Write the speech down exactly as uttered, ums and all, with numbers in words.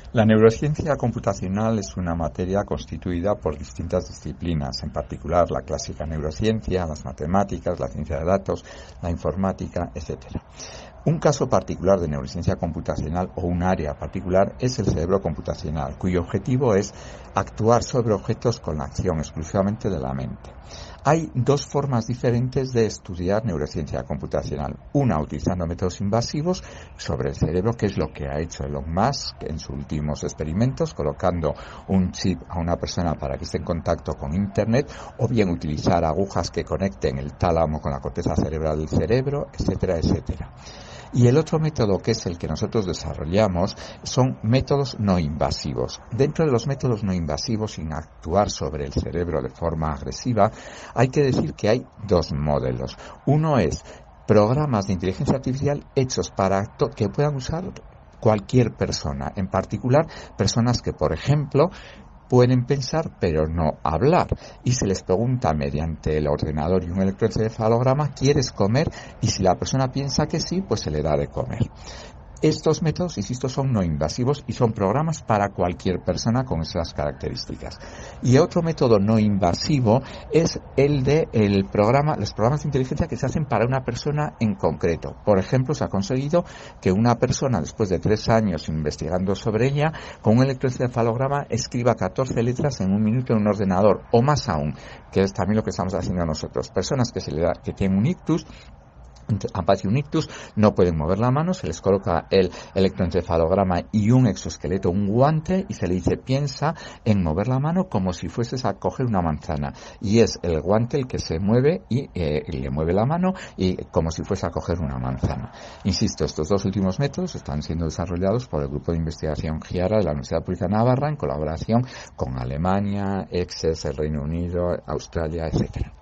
La neurociencia computacional es una materia constituida por distintas disciplinas, en particular la clásica neurociencia, las matemáticas, la ciencia de datos, la informática, etcétera. Un caso particular de neurociencia computacional o un área particular es el cerebro computacional, cuyo objetivo es actuar sobre objetos con la acción exclusivamente de la mente. Hay dos formas diferentes de estudiar neurociencia computacional. Una utilizando métodos invasivos sobre el cerebro, que es lo que ha hecho Elon Musk en sus últimos experimentos, colocando un chip a una persona para que esté en contacto con Internet, o bien utilizar agujas que conecten el tálamo con la corteza cerebral del cerebro, etcétera, etcétera. Y el otro método, que es el que nosotros desarrollamos, son métodos no invasivos. Dentro de los métodos no invasivos, sin actuar sobre el cerebro de forma agresiva, hay que decir que hay dos modelos. Uno es programas de inteligencia artificial hechos para que puedan usar cualquier persona, en particular personas que, por ejemplo, pueden pensar pero no hablar, y se les pregunta mediante el ordenador y un electroencefalograma: ¿quieres comer? Y si la persona piensa que sí, pues se le da de comer. Estos métodos, insisto, son no invasivos y son programas para cualquier persona con esas características. Y otro método no invasivo es el de el programa, los programas de inteligencia que se hacen para una persona en concreto. Por ejemplo, se ha conseguido que una persona, después de tres años investigando sobre ella, con un electroencefalograma escriba catorce letras en un minuto en un ordenador, o más aún, que es también lo que estamos haciendo nosotros. Personas que se le da, que tienen un ictus, apatía, un ictus, no pueden mover la mano, se les coloca el electroencefalograma y un exoesqueleto, un guante, y se le dice: piensa en mover la mano como si fueses a coger una manzana, y es el guante el que se mueve y eh, le mueve la mano y como si fuese a coger una manzana. Insisto, estos dos últimos métodos están siendo desarrollados por el grupo de investigación GIARA de la Universidad Pública de Navarra en colaboración con Alemania, E X E S, el Reino Unido, Australia, etcétera.